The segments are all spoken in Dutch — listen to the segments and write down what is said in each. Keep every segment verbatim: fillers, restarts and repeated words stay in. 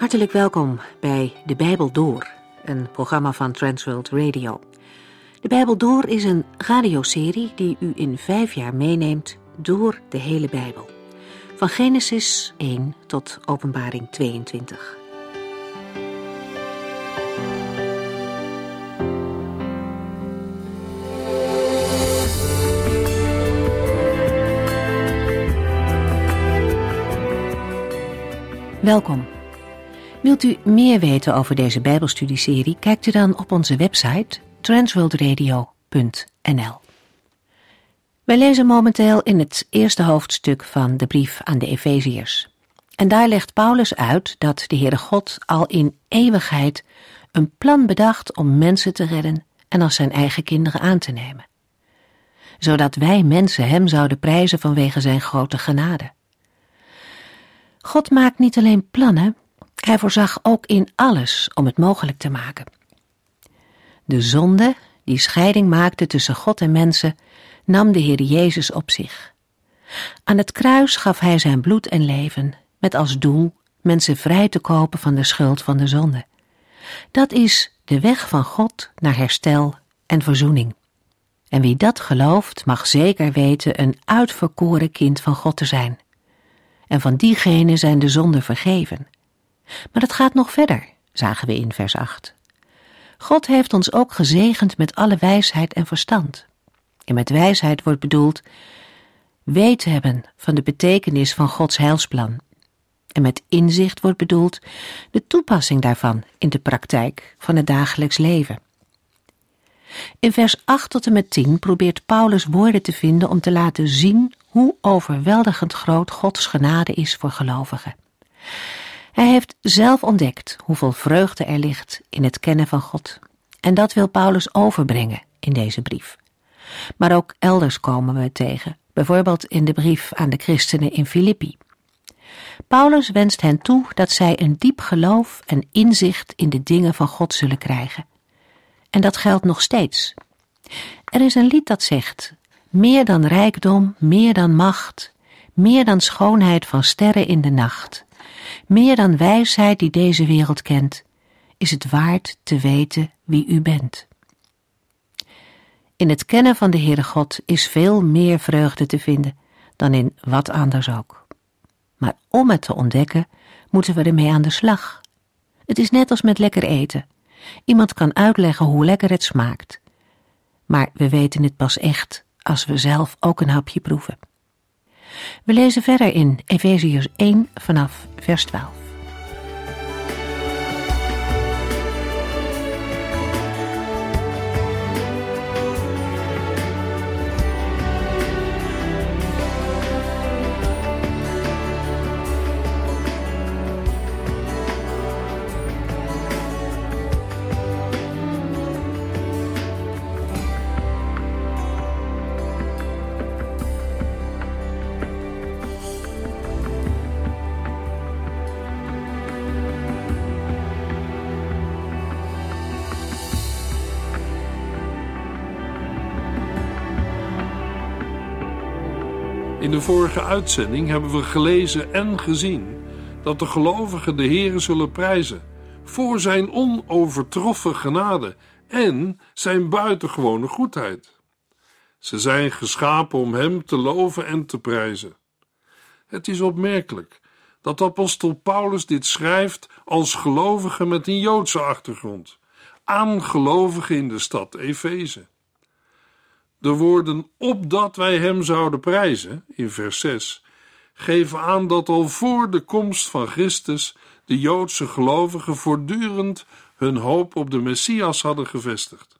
Hartelijk welkom bij De Bijbel Door, een programma van Transworld Radio. De Bijbel Door is een radioserie die u in vijf jaar meeneemt door de hele Bijbel. Van Genesis één tot Openbaring tweeëntwintig. Welkom. Wilt u meer weten over deze Bijbelstudieserie? Kijkt u dan op onze website transworld radio punt n l. Wij lezen momenteel in het eerste hoofdstuk van de brief aan de Efeziërs. En daar legt Paulus uit dat de Heere God al in eeuwigheid een plan bedacht om mensen te redden en als zijn eigen kinderen aan te nemen. Zodat wij mensen hem zouden prijzen vanwege zijn grote genade. God maakt niet alleen plannen, hij voorzag ook in alles om het mogelijk te maken. De zonde die scheiding maakte tussen God en mensen, nam de Heer Jezus op zich. Aan het kruis gaf hij zijn bloed en leven, met als doel mensen vrij te kopen van de schuld van de zonde. Dat is de weg van God naar herstel en verzoening. En wie dat gelooft, mag zeker weten een uitverkoren kind van God te zijn. En van diegenen zijn de zonden vergeven. Maar het gaat nog verder, zagen we in vers acht. God heeft ons ook gezegend met alle wijsheid en verstand. En met wijsheid wordt bedoeld weet hebben van de betekenis van Gods heilsplan. En met inzicht wordt bedoeld de toepassing daarvan in de praktijk van het dagelijks leven. In vers acht tot en met tien probeert Paulus woorden te vinden om te laten zien hoe overweldigend groot Gods genade is voor gelovigen. Hij heeft zelf ontdekt hoeveel vreugde er ligt in het kennen van God. En dat wil Paulus overbrengen in deze brief. Maar ook elders komen we het tegen, bijvoorbeeld in de brief aan de christenen in Filippi. Paulus wenst hen toe dat zij een diep geloof en inzicht in de dingen van God zullen krijgen. En dat geldt nog steeds. Er is een lied dat zegt: meer dan rijkdom, meer dan macht, meer dan schoonheid van sterren in de nacht, meer dan wijsheid die deze wereld kent, is het waard te weten wie u bent. In het kennen van de Heere God is veel meer vreugde te vinden dan in wat anders ook. Maar om het te ontdekken, moeten we ermee aan de slag. Het is net als met lekker eten. Iemand kan uitleggen hoe lekker het smaakt. Maar we weten het pas echt als we zelf ook een hapje proeven. We lezen verder in Efeziërs één vanaf vers twaalf. In de vorige uitzending hebben we gelezen en gezien dat de gelovigen de Heere zullen prijzen voor zijn onovertroffen genade en zijn buitengewone goedheid. Ze zijn geschapen om hem te loven en te prijzen. Het is opmerkelijk dat apostel Paulus dit schrijft als gelovige met een Joodse achtergrond, aan gelovigen in de stad Efeze. De woorden opdat wij hem zouden prijzen, in vers zes, geven aan dat al voor de komst van Christus de Joodse gelovigen voortdurend hun hoop op de Messias hadden gevestigd.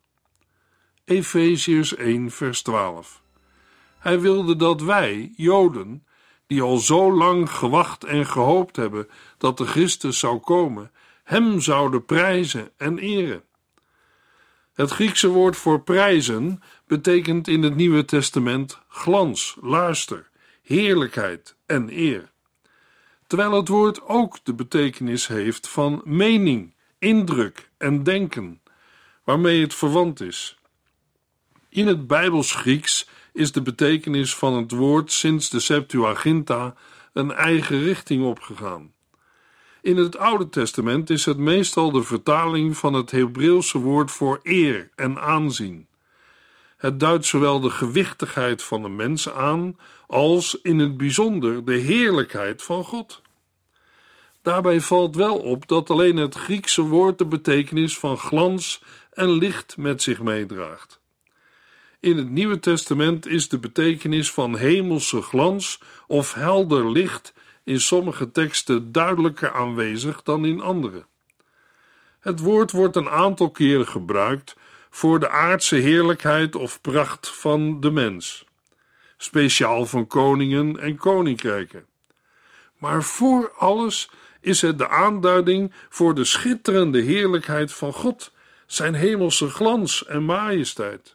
Efeziërs één vers twaalf. Hij wilde dat wij, Joden, die al zo lang gewacht en gehoopt hebben dat de Christus zou komen, hem zouden prijzen en eren. Het Griekse woord voor prijzen betekent in het Nieuwe Testament glans, luister, heerlijkheid en eer. Terwijl het woord ook de betekenis heeft van mening, indruk en denken, waarmee het verwant is. In het Bijbels Grieks is de betekenis van het woord sinds de Septuaginta een eigen richting opgegaan. In het Oude Testament is het meestal de vertaling van het Hebreeuwse woord voor eer en aanzien. Het duidt zowel de gewichtigheid van de mens aan, als in het bijzonder de heerlijkheid van God. Daarbij valt wel op dat alleen het Griekse woord de betekenis van glans en licht met zich meedraagt. In het Nieuwe Testament is de betekenis van hemelse glans of helder licht in sommige teksten duidelijker aanwezig dan in andere. Het woord wordt een aantal keren gebruikt voor de aardse heerlijkheid of pracht van de mens, speciaal van koningen en koninkrijken. Maar voor alles is het de aanduiding voor de schitterende heerlijkheid van God, zijn hemelse glans en majesteit.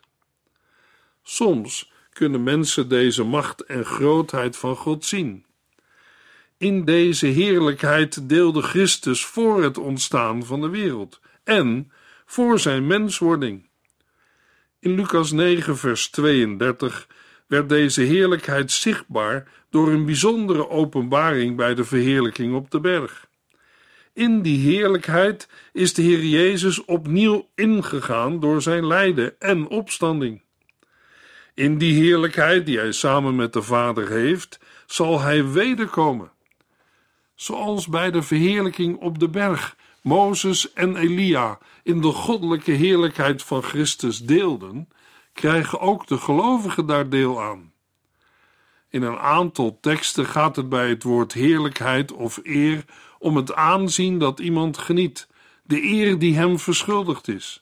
Soms kunnen mensen deze macht en grootheid van God zien. In deze heerlijkheid deelde Christus voor het ontstaan van de wereld en voor zijn menswording. In Lucas negen vers tweeëndertig werd deze heerlijkheid zichtbaar door een bijzondere openbaring bij de verheerlijking op de berg. In die heerlijkheid is de Heer Jezus opnieuw ingegaan door zijn lijden en opstanding. In die heerlijkheid die hij samen met de Vader heeft, zal hij wederkomen. Zoals bij de verheerlijking op de berg Mozes en Elia in de goddelijke heerlijkheid van Christus deelden, krijgen ook de gelovigen daar deel aan. In een aantal teksten gaat het bij het woord heerlijkheid of eer om het aanzien dat iemand geniet, de eer die hem verschuldigd is.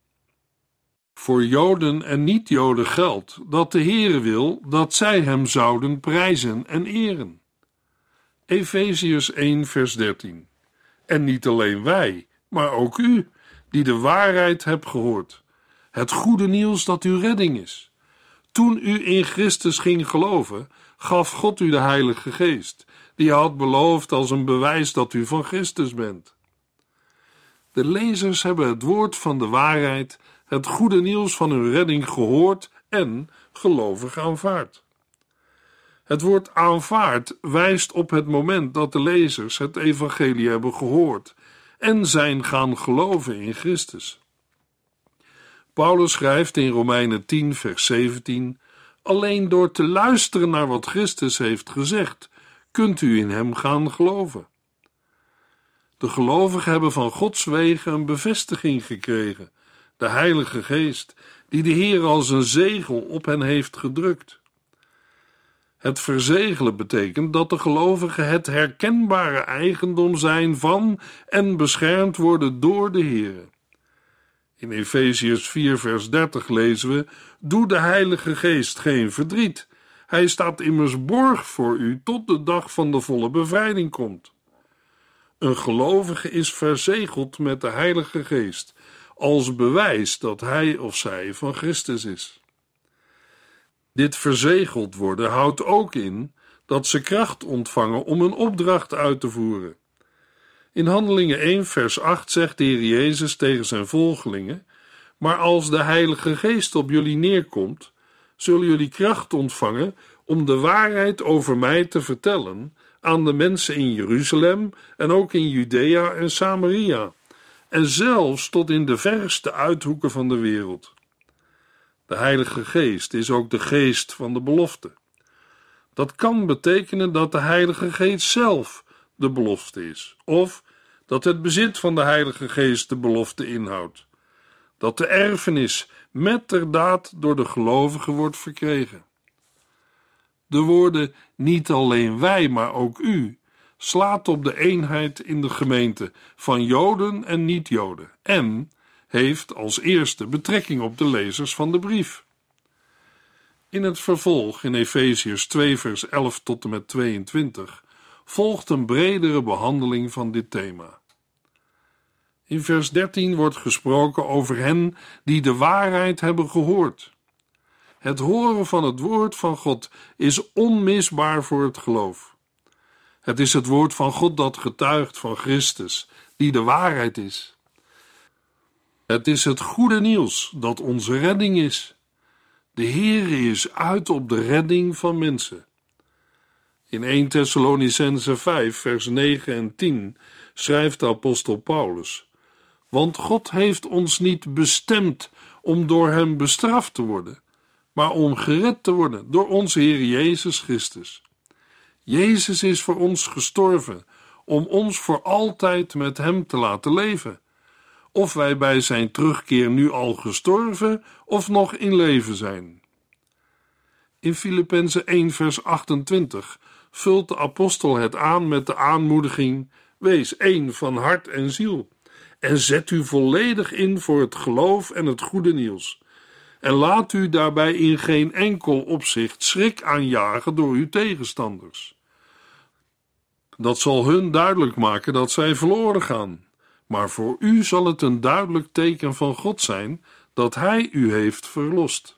Voor Joden en niet-Joden geldt dat de Heere wil dat zij hem zouden prijzen en eren. Efeziërs één vers dertien. En niet alleen wij, maar ook u, die de waarheid hebt gehoord. Het goede nieuws dat uw redding is. Toen u in Christus ging geloven, gaf God u de Heilige Geest, die hij had beloofd als een bewijs dat u van Christus bent. De lezers hebben het woord van de waarheid, het goede nieuws van hun redding gehoord en gelovig aanvaard. Het woord aanvaard wijst op het moment dat de lezers het evangelie hebben gehoord en zijn gaan geloven in Christus. Paulus schrijft in Romeinen tien vers zeventien: alleen door te luisteren naar wat Christus heeft gezegd, kunt u in hem gaan geloven. De gelovigen hebben van Gods wegen een bevestiging gekregen, de Heilige Geest, die de Heer als een zegel op hen heeft gedrukt. Het verzegelen betekent dat de gelovigen het herkenbare eigendom zijn van en beschermd worden door de Heer. In Efeziërs vier vers dertig lezen we: doe de Heilige Geest geen verdriet. Hij staat immers borg voor u tot de dag van de volle bevrijding komt. Een gelovige is verzegeld met de Heilige Geest, als bewijs dat hij of zij van Christus is. Dit verzegeld worden houdt ook in dat ze kracht ontvangen om een opdracht uit te voeren. In Handelingen één vers acht zegt de Heer Jezus tegen zijn volgelingen: maar als de Heilige Geest op jullie neerkomt, zullen jullie kracht ontvangen om de waarheid over mij te vertellen aan de mensen in Jeruzalem en ook in Judea en Samaria, en zelfs tot in de verste uithoeken van de wereld. De Heilige Geest is ook de geest van de belofte. Dat kan betekenen dat de Heilige Geest zelf de belofte is, of dat het bezit van de Heilige Geest de belofte inhoudt, dat de erfenis met ter daad door de gelovigen wordt verkregen. De woorden niet alleen wij, maar ook u slaat op de eenheid in de gemeente van Joden en niet-Joden en heeft als eerste betrekking op de lezers van de brief. In het vervolg in Efeziërs twee vers elf tot en met tweeëntwintig volgt een bredere behandeling van dit thema. In vers dertien wordt gesproken over hen die de waarheid hebben gehoord. Het horen van het woord van God is onmisbaar voor het geloof. Het is het woord van God dat getuigt van Christus, die de waarheid is. Het is het goede nieuws dat onze redding is. De Heere is uit op de redding van mensen. In eerste Thessalonicenzen vijf vers negen en tien schrijft de apostel Paulus: want God heeft ons niet bestemd om door hem bestraft te worden, maar om gered te worden door onze Heer Jezus Christus. Jezus is voor ons gestorven, om ons voor altijd met hem te laten leven. Of wij bij zijn terugkeer nu al gestorven of nog in leven zijn. In Filippenzen één vers achtentwintig vult de apostel het aan met de aanmoediging: wees één van hart en ziel en zet u volledig in voor het geloof en het goede nieuws. En laat u daarbij in geen enkel opzicht schrik aanjagen door uw tegenstanders. Dat zal hun duidelijk maken dat zij verloren gaan. Maar voor u zal het een duidelijk teken van God zijn dat hij u heeft verlost.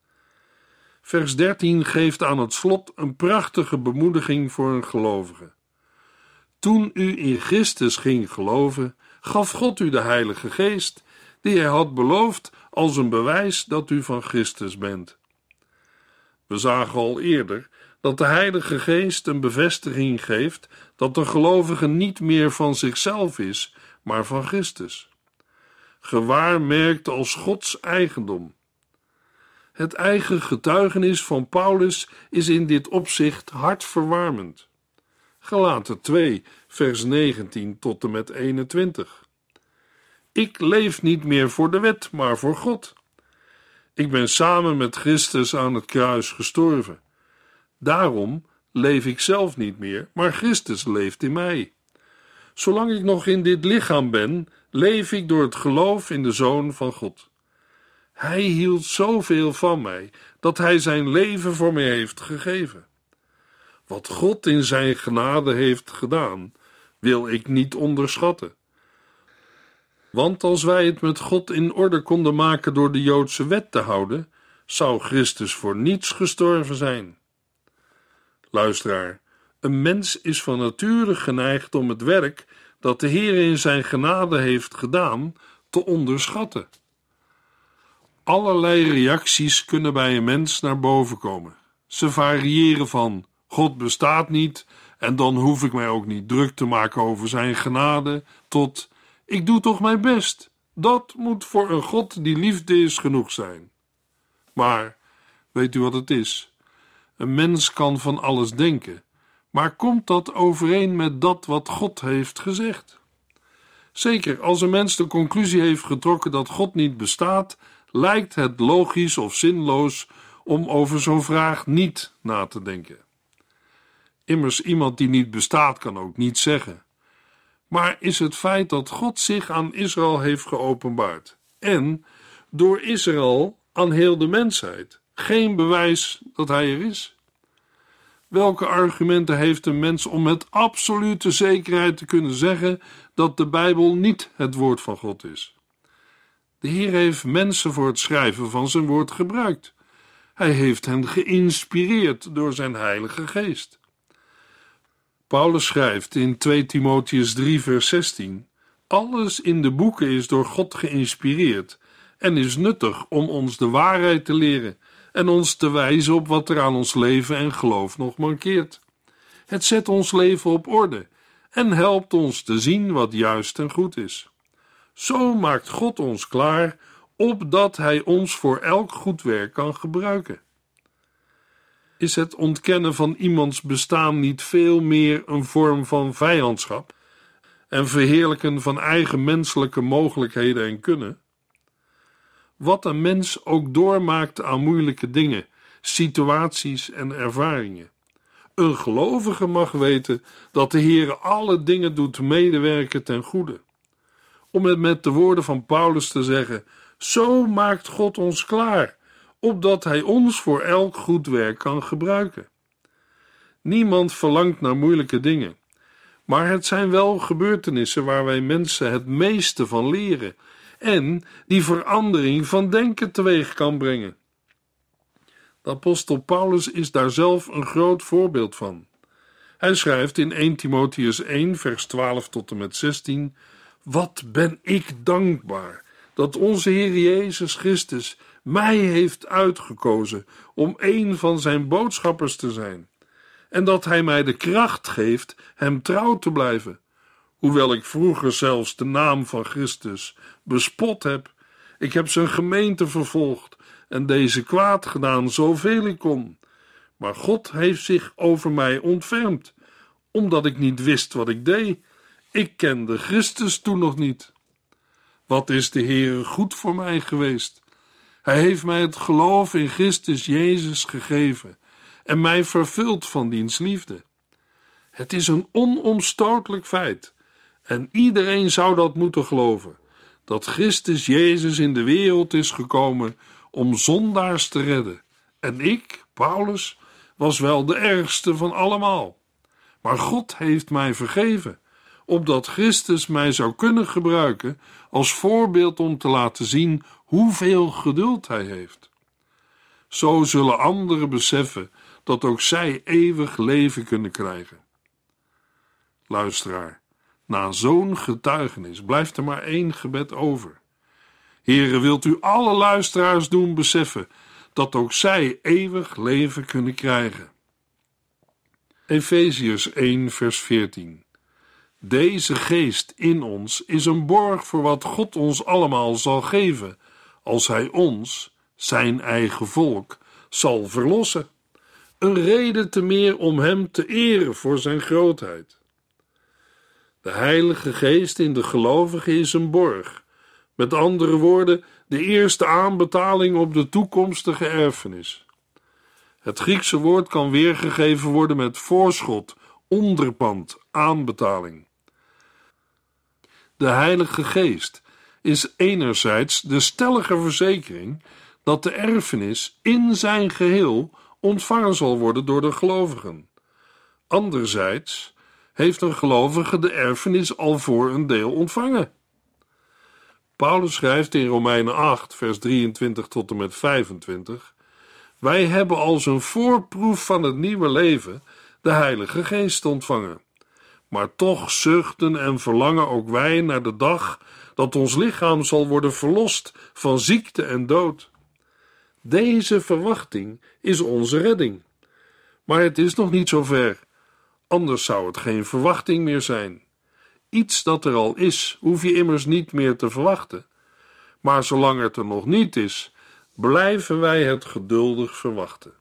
Vers dertien geeft aan het slot een prachtige bemoediging voor een gelovige. Toen u in Christus ging geloven, gaf God u de Heilige Geest, die hij had beloofd als een bewijs dat u van Christus bent. We zagen al eerder dat de Heilige Geest een bevestiging geeft dat de gelovige niet meer van zichzelf is, maar van Christus. Gewaarmerkt als Gods eigendom. Het eigen getuigenis van Paulus is in dit opzicht hartverwarmend. Galaten twee, vers negentien tot en met eenentwintig. Ik leef niet meer voor de wet, maar voor God. Ik ben samen met Christus aan het kruis gestorven. Daarom leef ik zelf niet meer, maar Christus leeft in mij. Zolang ik nog in dit lichaam ben, leef ik door het geloof in de Zoon van God. Hij hield zoveel van mij, dat hij zijn leven voor mij heeft gegeven. Wat God in zijn genade heeft gedaan, wil ik niet onderschatten. Want als wij het met God in orde konden maken door de Joodse wet te houden, zou Christus voor niets gestorven zijn. Luisteraar, een mens is van nature geneigd om het werk dat de Heer in zijn genade heeft gedaan te onderschatten. Allerlei reacties kunnen bij een mens naar boven komen. Ze variëren van God bestaat niet en dan hoef ik mij ook niet druk te maken over zijn genade, tot ik doe toch mijn best. Dat moet voor een God die liefde is genoeg zijn. Maar, weet u wat het is? Een mens kan van alles denken, maar komt dat overeen met dat wat God heeft gezegd? Zeker, als een mens de conclusie heeft getrokken dat God niet bestaat, lijkt het logisch of zinloos om over zo'n vraag niet na te denken. Immers, iemand die niet bestaat kan ook niet zeggen. Maar is het feit dat God zich aan Israël heeft geopenbaard en door Israël aan heel de mensheid geen bewijs dat hij er is? Welke argumenten heeft een mens om met absolute zekerheid te kunnen zeggen dat de Bijbel niet het woord van God is? De Heer heeft mensen voor het schrijven van zijn woord gebruikt. Hij heeft hen geïnspireerd door zijn Heilige Geest. Paulus schrijft in twee Timotheüs drie vers zestien: alles in de boeken is door God geïnspireerd en is nuttig om ons de waarheid te leren en ons te wijzen op wat er aan ons leven en geloof nog mankeert. Het zet ons leven op orde en helpt ons te zien wat juist en goed is. Zo maakt God ons klaar, opdat hij ons voor elk goed werk kan gebruiken. Is het ontkennen van iemands bestaan niet veel meer een vorm van vijandschap en verheerlijken van eigen menselijke mogelijkheden en kunnen? Wat een mens ook doormaakt aan moeilijke dingen, situaties en ervaringen. Een gelovige mag weten dat de Heer alle dingen doet medewerken ten goede. Om het met de woorden van Paulus te zeggen: zo maakt God ons klaar, opdat hij ons voor elk goed werk kan gebruiken. Niemand verlangt naar moeilijke dingen, maar het zijn wel gebeurtenissen waar wij mensen het meeste van leren en die verandering van denken teweeg kan brengen. De apostel Paulus is daar zelf een groot voorbeeld van. Hij schrijft in eerste Timotheüs één vers twaalf tot en met zestien: wat ben ik dankbaar dat onze Heer Jezus Christus mij heeft uitgekozen om een van zijn boodschappers te zijn, en dat hij mij de kracht geeft hem trouw te blijven. Hoewel ik vroeger zelfs de naam van Christus bespot heb, ik heb zijn gemeente vervolgd en deze kwaad gedaan zoveel ik kon. Maar God heeft zich over mij ontfermd, omdat ik niet wist wat ik deed. Ik kende Christus toen nog niet. Wat is de Heere goed voor mij geweest? Hij heeft mij het geloof in Christus Jezus gegeven en mij vervuld van diens liefde. Het is een onomstotelijk feit, en iedereen zou dat moeten geloven, dat Christus Jezus in de wereld is gekomen om zondaars te redden. En ik, Paulus, was wel de ergste van allemaal. Maar God heeft mij vergeven, opdat Christus mij zou kunnen gebruiken als voorbeeld om te laten zien hoeveel geduld hij heeft. Zo zullen anderen beseffen dat ook zij eeuwig leven kunnen krijgen. Luisteraar, na zo'n getuigenis blijft er maar één gebed over. Heere, wilt u alle luisteraars doen beseffen dat ook zij eeuwig leven kunnen krijgen. Efeziërs één vers veertien. Deze geest in ons is een borg voor wat God ons allemaal zal geven, als hij ons, zijn eigen volk, zal verlossen. Een reden te meer om hem te eren voor zijn grootheid. De Heilige Geest in de gelovigen is een borg. Met andere woorden, de eerste aanbetaling op de toekomstige erfenis. Het Griekse woord kan weergegeven worden met voorschot, onderpand, aanbetaling. De Heilige Geest is enerzijds de stellige verzekering dat de erfenis in zijn geheel ontvangen zal worden door de gelovigen. Anderzijds heeft een gelovige de erfenis al voor een deel ontvangen. Paulus schrijft in Romeinen acht, vers drieëntwintig tot en met vijfentwintig: Wij hebben als een voorproef van het nieuwe leven de Heilige Geest ontvangen. Maar toch zuchten en verlangen ook wij naar de dag dat ons lichaam zal worden verlost van ziekte en dood. Deze verwachting is onze redding. Maar het is nog niet zo ver, anders zou het geen verwachting meer zijn. Iets dat er al is, hoef je immers niet meer te verwachten. Maar zolang het er nog niet is, blijven wij het geduldig verwachten.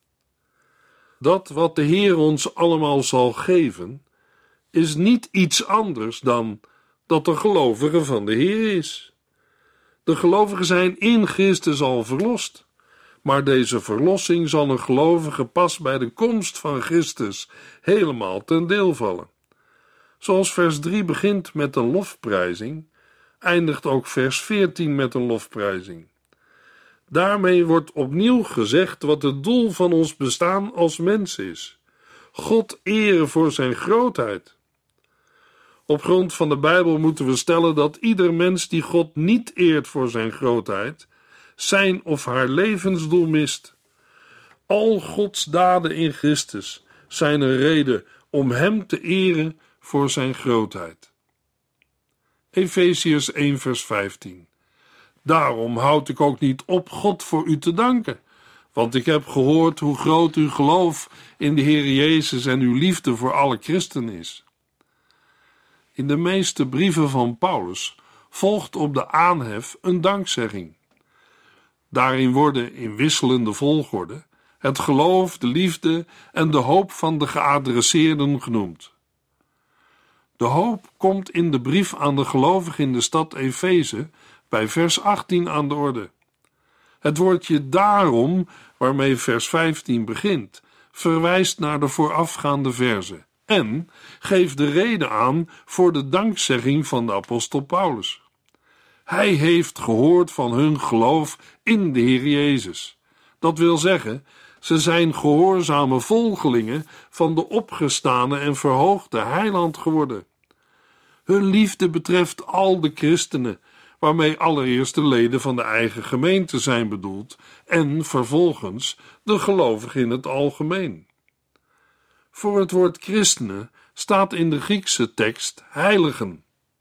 Dat wat de Heer ons allemaal zal geven, is niet iets anders dan dat de gelovige van de Heer is. De gelovigen zijn in Christus al verlost, maar deze verlossing zal een gelovige pas bij de komst van Christus helemaal ten deel vallen. Zoals vers drie begint met een lofprijzing, eindigt ook vers veertien met een lofprijzing. Daarmee wordt opnieuw gezegd wat het doel van ons bestaan als mens is: God eren voor zijn grootheid. Op grond van de Bijbel moeten we stellen dat ieder mens die God niet eert voor zijn grootheid, zijn of haar levensdoel mist. Al Gods daden in Christus zijn een reden om hem te eren voor zijn grootheid. Efeziërs één vers vijftien. Daarom houd ik ook niet op God voor u te danken, want ik heb gehoord hoe groot uw geloof in de Heer Jezus en uw liefde voor alle christenen is. In de meeste brieven van Paulus volgt op de aanhef een dankzegging. Daarin worden in wisselende volgorde het geloof, de liefde en de hoop van de geadresseerden genoemd. De hoop komt in de brief aan de gelovigen in de stad Efeze bij vers achttien aan de orde. Het woordje daarom, waarmee vers vijftien begint, verwijst naar de voorafgaande verzen en geeft de reden aan voor de dankzegging van de apostel Paulus. Hij heeft gehoord van hun geloof in de Heer Jezus. Dat wil zeggen, ze zijn gehoorzame volgelingen van de opgestane en verhoogde Heiland geworden. Hun liefde betreft al de christenen, waarmee allereerst de leden van de eigen gemeente zijn bedoeld en vervolgens de gelovigen in het algemeen. Voor het woord christenen staat in de Griekse tekst heiligen.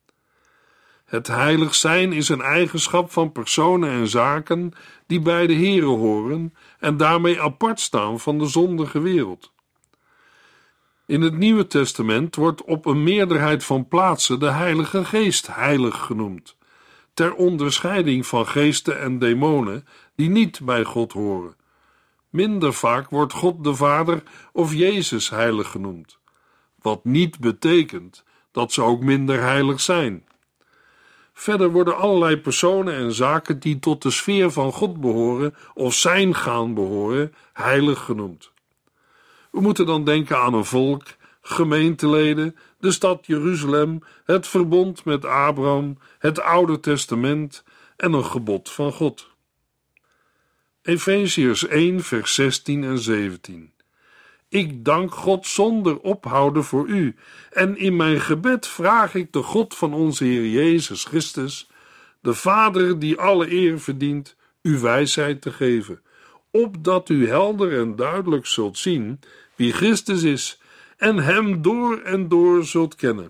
Het heilig zijn is een eigenschap van personen en zaken die bij de Here horen en daarmee apart staan van de zondige wereld. In het Nieuwe Testament wordt op een meerderheid van plaatsen de Heilige Geest heilig genoemd, ter onderscheiding van geesten en demonen die niet bij God horen. Minder vaak wordt God de Vader of Jezus heilig genoemd, wat niet betekent dat ze ook minder heilig zijn. Verder worden allerlei personen en zaken die tot de sfeer van God behoren of zijn gaan behoren, heilig genoemd. We moeten dan denken aan een volk, gemeenteleden, de stad Jeruzalem, het verbond met Abraham, het Oude Testament en een gebod van God. Efeziërs één, vers zestien en zeventien. Ik dank God zonder ophouden voor u, en in mijn gebed vraag ik de God van onze Heer Jezus Christus, de Vader die alle eer verdient, u wijsheid te geven, opdat u helder en duidelijk zult zien wie Christus is en hem door en door zult kennen.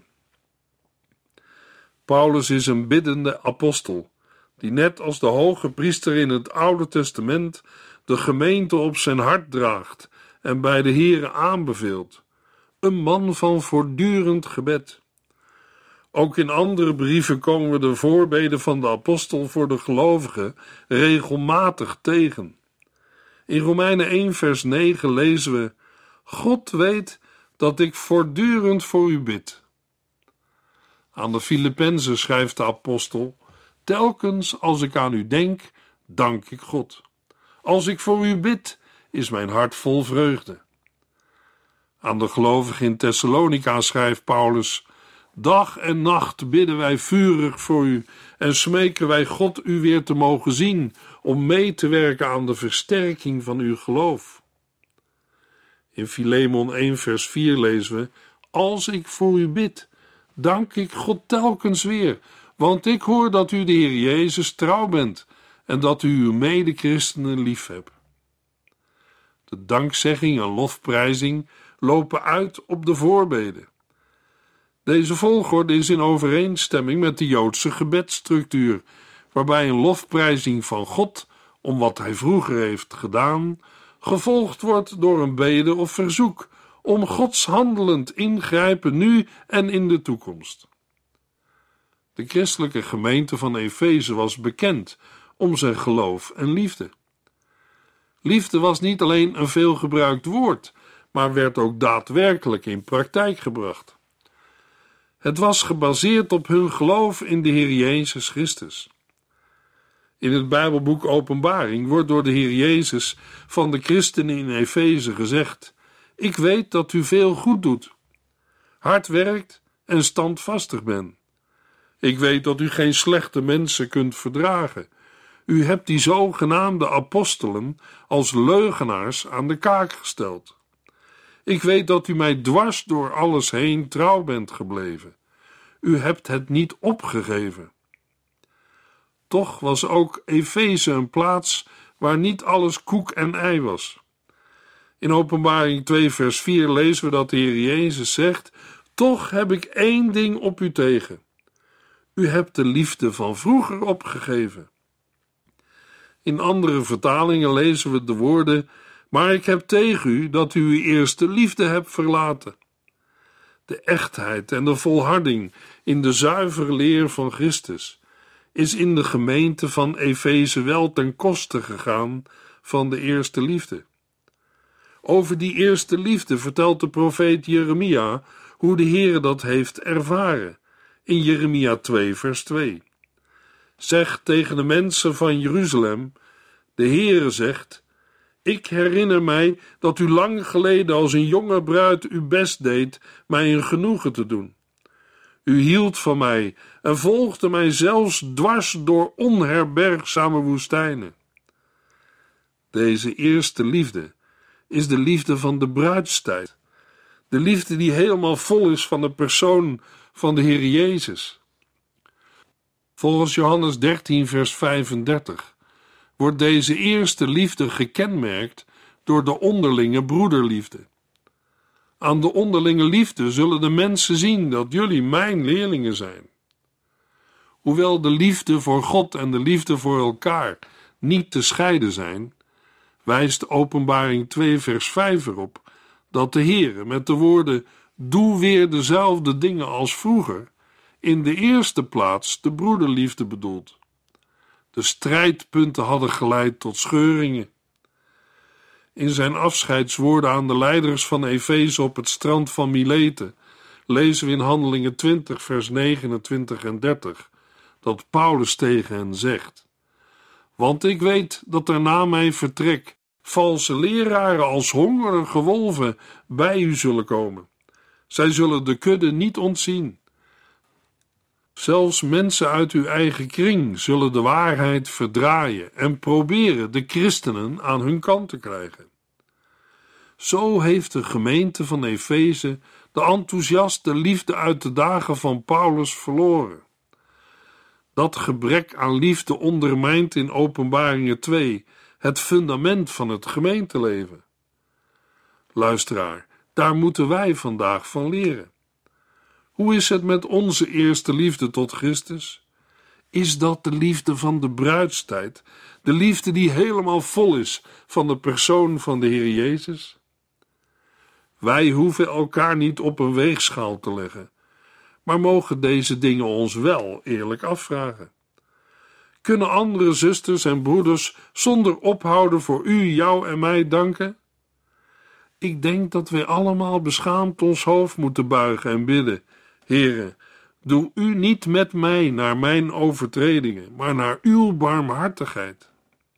Paulus is een biddende apostel, die net als de hoge priester in het Oude Testament de gemeente op zijn hart draagt en bij de Here aanbeveelt. Een man van voortdurend gebed. Ook in andere brieven komen we de voorbeden van de apostel voor de gelovigen regelmatig tegen. In Romeinen één vers negen lezen we: God weet dat ik voortdurend voor u bid. Aan de Filippenzen schrijft de apostel: telkens als ik aan u denk, dank ik God. Als ik voor u bid, is mijn hart vol vreugde. Aan de gelovigen in Thessalonica schrijft Paulus: dag en nacht bidden wij vurig voor u en smeken wij God u weer te mogen zien, om mee te werken aan de versterking van uw geloof. In Filemon één vers vier lezen we: als ik voor u bid, dank ik God telkens weer, want ik hoor dat u de Heer Jezus trouw bent en dat u uw medechristenen lief hebt. De dankzegging en lofprijzing lopen uit op de voorbeden. Deze volgorde is in overeenstemming met de Joodse gebedsstructuur, waarbij een lofprijzing van God om wat hij vroeger heeft gedaan, gevolgd wordt door een bede of verzoek om Gods handelend ingrijpen nu en in de toekomst. De christelijke gemeente van Efeze was bekend om zijn geloof en liefde. Liefde was niet alleen een veelgebruikt woord, maar werd ook daadwerkelijk in praktijk gebracht. Het was gebaseerd op hun geloof in de Heer Jezus Christus. In het Bijbelboek Openbaring wordt door de Heer Jezus van de christenen in Efeze gezegd: ik weet dat u veel goed doet, hard werkt en standvastig bent. Ik weet dat u geen slechte mensen kunt verdragen. U hebt die zogenaamde apostelen als leugenaars aan de kaak gesteld. Ik weet dat u mij dwars door alles heen trouw bent gebleven. U hebt het niet opgegeven. Toch was ook Efeze een plaats waar niet alles koek en ei was. In Openbaring twee vers vier lezen we dat de Heer Jezus zegt: toch heb ik één ding op u tegen. U hebt de liefde van vroeger opgegeven. In andere vertalingen lezen we de woorden: maar ik heb tegen u dat u uw eerste liefde hebt verlaten. De echtheid en de volharding in de zuivere leer van Christus is in de gemeente van Efeze wel ten koste gegaan van de eerste liefde. Over die eerste liefde vertelt de profeet Jeremia hoe de Heere dat heeft ervaren, in Jeremia twee vers twee. Zeg tegen de mensen van Jeruzalem: de Heere zegt: ik herinner mij dat u lang geleden als een jonge bruid uw best deed mij een genoegen te doen. U hield van mij en volgde mij zelfs dwars door onherbergzame woestijnen. Deze eerste liefde is de liefde van de bruidstijd. De liefde die helemaal vol is van de persoon van de Heer Jezus. Volgens Johannes dertien vers vijfendertig wordt deze eerste liefde gekenmerkt door de onderlinge broederliefde. Aan de onderlinge liefde zullen de mensen zien dat jullie mijn leerlingen zijn. Hoewel de liefde voor God en de liefde voor elkaar niet te scheiden zijn, wijst Openbaring twee vers vijf erop dat de Heere met de woorden doe weer dezelfde dingen als vroeger in de eerste plaats de broederliefde bedoelt. De strijdpunten hadden geleid tot scheuringen. In zijn afscheidswoorden aan de leiders van Efeze op het strand van Mileten lezen we in Handelingen twintig vers negenentwintig en dertig dat Paulus tegen hen zegt: want ik weet dat er na mijn vertrek valse leraren als hongerige wolven bij u zullen komen. Zij zullen de kudde niet ontzien. Zelfs mensen uit uw eigen kring zullen de waarheid verdraaien en proberen de christenen aan hun kant te krijgen. Zo heeft de gemeente van Efeze de enthousiaste liefde uit de dagen van Paulus verloren. Dat gebrek aan liefde ondermijnt in Openbaringen twee het fundament van het gemeenteleven. Luisteraar, daar moeten wij vandaag van leren. Hoe is het met onze eerste liefde tot Christus? Is dat de liefde van de bruidstijd, de liefde die helemaal vol is van de persoon van de Heer Jezus? Wij hoeven elkaar niet op een weegschaal te leggen, maar mogen deze dingen ons wel eerlijk afvragen. Kunnen andere zusters en broeders zonder ophouden voor u, jou en mij danken? Ik denk dat wij allemaal beschaamd ons hoofd moeten buigen en bidden: Heere, doe u niet met mij naar mijn overtredingen, maar naar uw barmhartigheid.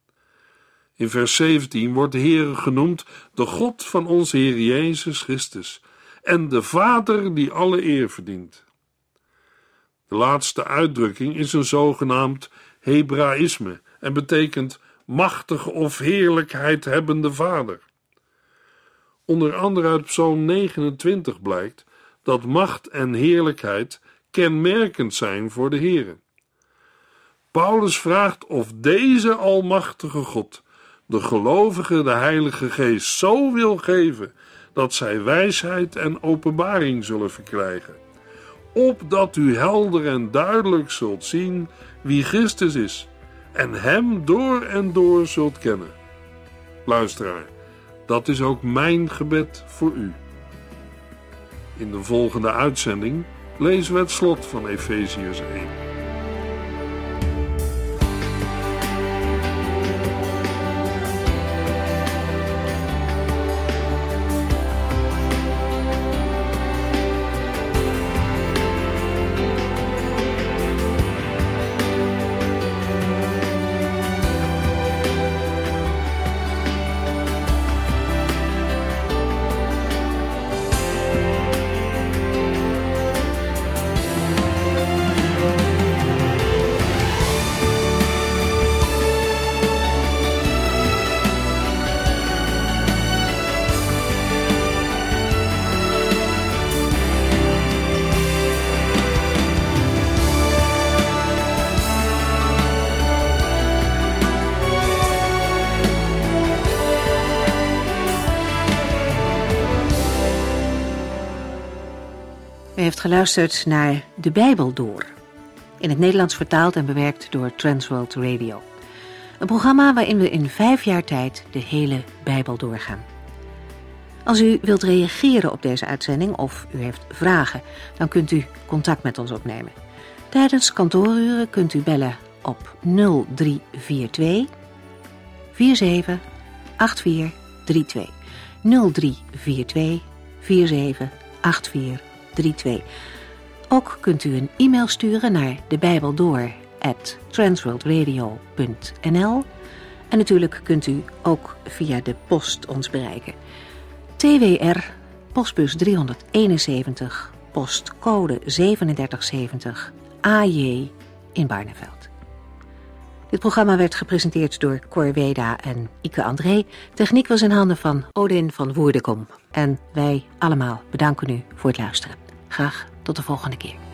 In vers zeventien wordt de Heere genoemd de God van onze Heer Jezus Christus en de Vader die alle eer verdient. De laatste uitdrukking is een zogenaamd Hebraïsme en betekent machtige of heerlijkheid hebbende Vader. Onder andere uit Psalm negenentwintig blijkt dat macht en heerlijkheid kenmerkend zijn voor de Heere. Paulus vraagt of deze almachtige God de gelovigen de Heilige Geest zo wil geven dat zij wijsheid en openbaring zullen verkrijgen, opdat u helder en duidelijk zult zien wie Christus is en hem door en door zult kennen. Luisteraar, dat is ook mijn gebed voor u. In de volgende uitzending lezen we het slot van Efeziërs één. U heeft geluisterd naar De Bijbel Door, in het Nederlands vertaald en bewerkt door Transworld Radio. Een programma waarin we in vijf jaar tijd de hele Bijbel doorgaan. Als u wilt reageren op deze uitzending of u heeft vragen, dan kunt u contact met ons opnemen. Tijdens kantooruren kunt u bellen op nul drie vier twee vier zeven acht vier drie twee. nul drie vier twee vier zeven acht vier drie twee. Ook kunt u een e-mail sturen naar debijbeldoor at transworldradio punt n l en natuurlijk kunt u ook via de post ons bereiken. T W R, postbus driehonderdeenenzeventig, postcode zevenendertig zeventig, A J in Barneveld. Dit programma werd gepresenteerd door Cor Weda en Ike André. Techniek was in handen van Odin van Woerdekom. En wij allemaal bedanken u voor het luisteren. Graag tot de volgende keer.